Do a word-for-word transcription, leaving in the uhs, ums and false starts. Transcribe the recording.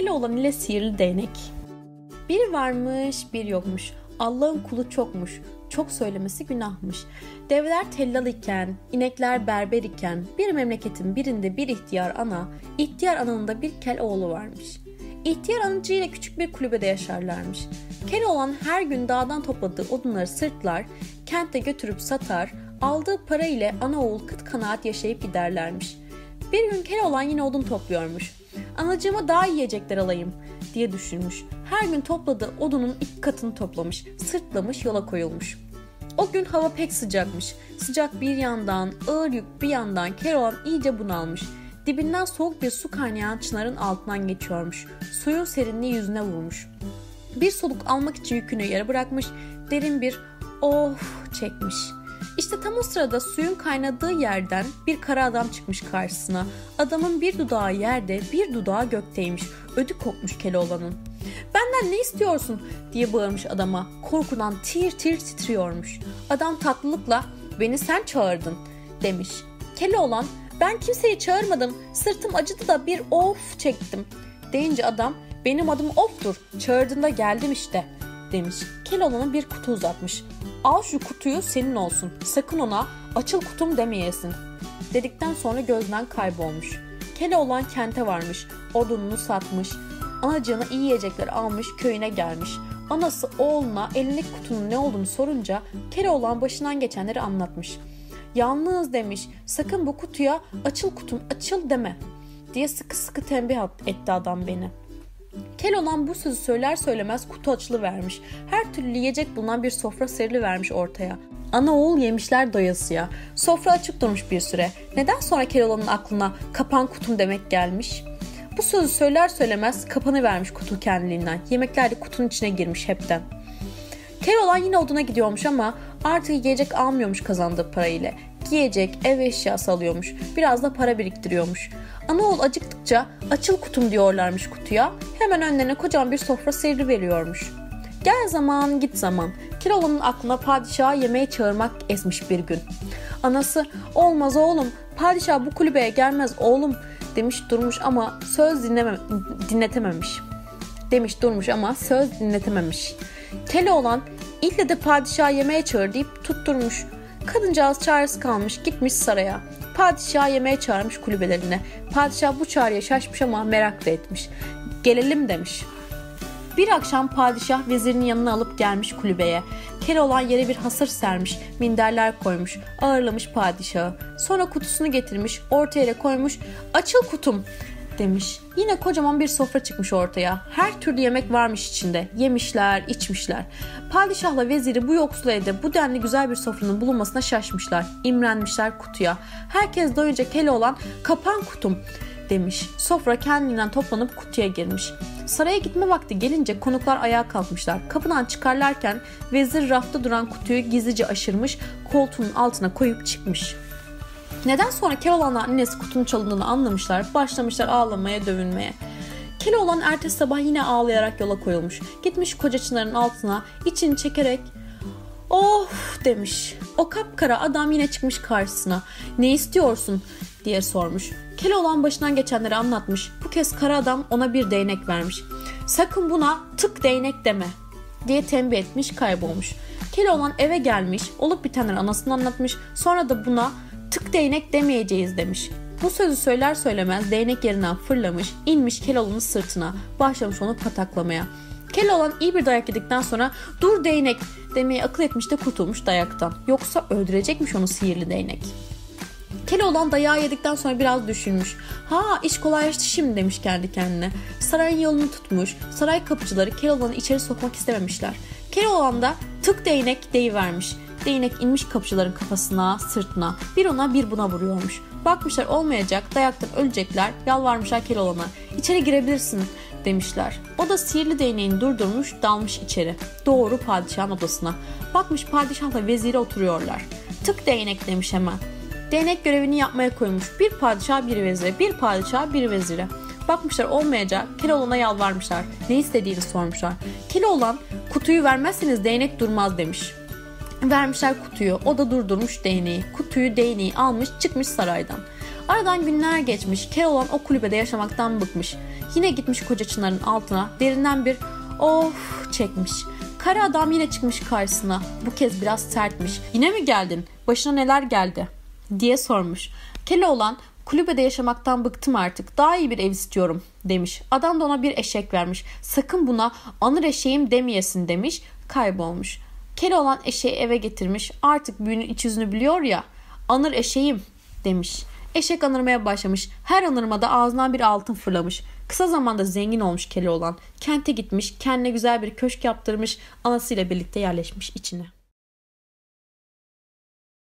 Keloğlan ile sihirli değnek. Bir varmış bir yokmuş. Allah'ın kulu çokmuş. Çok söylemesi günahmış. Devler tellal iken, inekler berber iken bir memleketin birinde bir ihtiyar ana, ihtiyar ananın da bir kel oğlu varmış. İhtiyar anacı ile küçük bir kulübede yaşarlarmış. Keloğlan her gün dağdan topladığı odunları sırtlar, kente götürüp satar, aldığı para ile ana oğul kıt kanaat yaşayıp giderlermiş. Bir gün Keloğlan yine odun topluyormuş. Anacığıma daha yiyecekler alayım diye düşünmüş. Her gün topladığı odunun iki katını toplamış, sırtlamış, yola koyulmuş. O gün hava pek sıcakmış. Sıcak bir yandan, ağır yük bir yandan Keloğlan iyice bunalmış. Dibinden soğuk bir su kaynayan çınarın altından geçiyormuş. Suyun serinliği yüzüne vurmuş. Bir soluk almak için yükünü yarı bırakmış, derin bir of çekmiş. İşte tam o sırada suyun kaynadığı yerden bir kara adam çıkmış karşısına. Adamın bir dudağı yerde, bir dudağı gökteymiş. Ödü kopmuş Keloğlan'ın. "Benden ne istiyorsun?" diye bağırmış adama. Korkudan tir tir titriyormuş. Adam tatlılıkla "Beni sen çağırdın" demiş. Keloğlan "Ben kimseyi çağırmadım. Sırtım acıdı da bir of çektim" deyince adam "Benim adım Of'tur. Çağırdığında geldim işte" demiş. Keloğlan'a bir kutu uzatmış. "Al şu kutuyu, senin olsun. Sakın ona açıl kutum demeyesin" dedikten sonra gözden kaybolmuş. Keloğlan kente varmış. Odununu satmış. Anacığına iyi yiyecekler almış, köyüne gelmiş. Anası oğluna elindeki kutunun ne olduğunu sorunca Keloğlan başından geçenleri anlatmış. "Yalnız" demiş, "sakın bu kutuya açıl kutum açıl deme" diye sıkı sıkı tembih etti adam beni. Keloğlan bu sözü söyler söylemez kutu açılıvermiş. Her türlü yiyecek bulunan bir sofra serilivermiş ortaya. Ana oğul yemişler doyasıya. Sofra açık durmuş bir süre. Neden sonra Keloğlan'ın aklına kapan kutum demek gelmiş? Bu sözü söyler söylemez kapanıvermiş kutu kendiliğinden. Yemekler de kutunun içine girmiş hepten. Keloğlan yine oduna gidiyormuş ama artık yiyecek almıyormuş kazandığı parayla. Giyecek, ev eşyası alıyormuş. Biraz da para biriktiriyormuş. Anaoğul acıktıkça açıl kutum diyorlarmış kutuya. Hemen önlerine kocaman bir sofra seri veriyormuş. Gel zaman git zaman. Keloğlan'ın aklına padişahı yemeğe çağırmak esmiş bir gün. Anası "Olmaz oğlum, padişah bu kulübeye gelmez oğlum" demiş durmuş ama söz dinleme, dinletememiş. Demiş durmuş ama söz dinletememiş. Keloğlan "İlle de padişahı yemeğe çağır" deyip tutturmuş. Kadıncağız çaresi kalmış, gitmiş saraya. Padişah yemeğe çağırmış kulübelerine. Padişah bu çağrıya şaşmış ama merak da etmiş. "Gelelim" demiş. Bir akşam padişah vezirini yanına alıp gelmiş kulübeye. Keloğlan yere bir hasır sermiş, minderler koymuş, ağırlamış padişahı. Sonra kutusunu getirmiş, ortaya koymuş. "Açıl kutum" demiş. Yine kocaman bir sofra çıkmış ortaya. Her türlü yemek varmış içinde. Yemişler, içmişler. Padişahla veziri bu yoksul evde bu denli güzel bir sofranın bulunmasına şaşmışlar. İmrenmişler kutuya. Herkes doyunca Keloğlan "Kapan kutum" demiş. Sofra kendinden toplanıp kutuya girmiş. Saraya gitme vakti gelince konuklar ayağa kalkmışlar. Kapıdan çıkarlarken vezir rafta duran kutuyu gizlice aşırmış, koltuğunun altına koyup çıkmış. Neden sonra Keloğlan'la annesi kutunun çalındığını anlamışlar, başlamışlar ağlamaya, dövünmeye. Keloğlan ertesi sabah yine ağlayarak yola koyulmuş. Gitmiş koca çınarın altına, içini çekerek "Of" demiş. O kapkara adam yine çıkmış karşısına. "Ne istiyorsun?" diye sormuş. Keloğlan başından geçenleri anlatmış. Bu kez kara adam ona bir değnek vermiş. "Sakın buna tık değnek deme" diye tembih etmiş, kaybolmuş. Keloğlan eve gelmiş, olup bitenleri anasına anlatmış. Sonra da buna "tık değnek demeyeceğiz" demiş. Bu sözü söyler söylemez değnek yerinden fırlamış, inmiş Keloğlan'ın sırtına, başlamış onu pataklamaya. Keloğlan iyi bir dayak yedikten sonra "dur değnek" demeyi akıl etmiş de kurtulmuş dayaktan. Yoksa öldürecekmiş onu sihirli değnek. Keloğlan dayağı yedikten sonra biraz düşünmüş. "Ha, iş kolaylaştı şimdi" demiş kendi kendine. Sarayın yolunu tutmuş. Saray kapıcıları Keloğlan'ı içeri sokmak istememişler. Keloğlan da "tık değnek" deyivermiş. Değnek inmiş kapıcıların kafasına, sırtına. Bir ona bir buna vuruyormuş. Bakmışlar olmayacak, dayaktan ölecekler. Yalvarmışlar Keloğlan'a. "İçeri girebilirsin" demişler. O da sihirli değneğini durdurmuş, dalmış içeri. Doğru padişahın odasına. Bakmış padişahla veziri oturuyorlar. "Tık değnek" demiş hemen. Değnek görevini yapmaya koymuş. Bir padişah bir vezire, bir padişah bir vezire. Bakmışlar olmayacak, Keloğlan'a yalvarmışlar. Ne istediğini sormuşlar. Keloğlan "kutuyu vermezseniz değnek durmaz" demiş. Vermişler kutuyu. O da durdurmuş değneği. Kutuyu, değneği almış, çıkmış saraydan. Aradan günler geçmiş. Keloğlan o kulübede yaşamaktan bıkmış. Yine gitmiş koca çınarın altına. Derinden bir of çekmiş. Kara adam yine çıkmış karşısına. Bu kez biraz sertmiş. Yine mi geldin? Başına neler geldi? Diye sormuş. Keloğlan kulübede yaşamaktan bıktım artık. Daha iyi bir ev istiyorum demiş. Adam da ona bir eşek vermiş. Sakın buna anır eşeğim demeyesin demiş. Kaybolmuş. Keloğlan eşeği eve getirmiş. Artık büyünün iç yüzünü biliyor ya. Anır eşeğim demiş. Eşek anırmaya başlamış. Her anırmada ağzından bir altın fırlamış. Kısa zamanda zengin olmuş Keloğlan. Kente gitmiş, kendine güzel bir köşk yaptırmış, anasıyla birlikte yerleşmiş içine.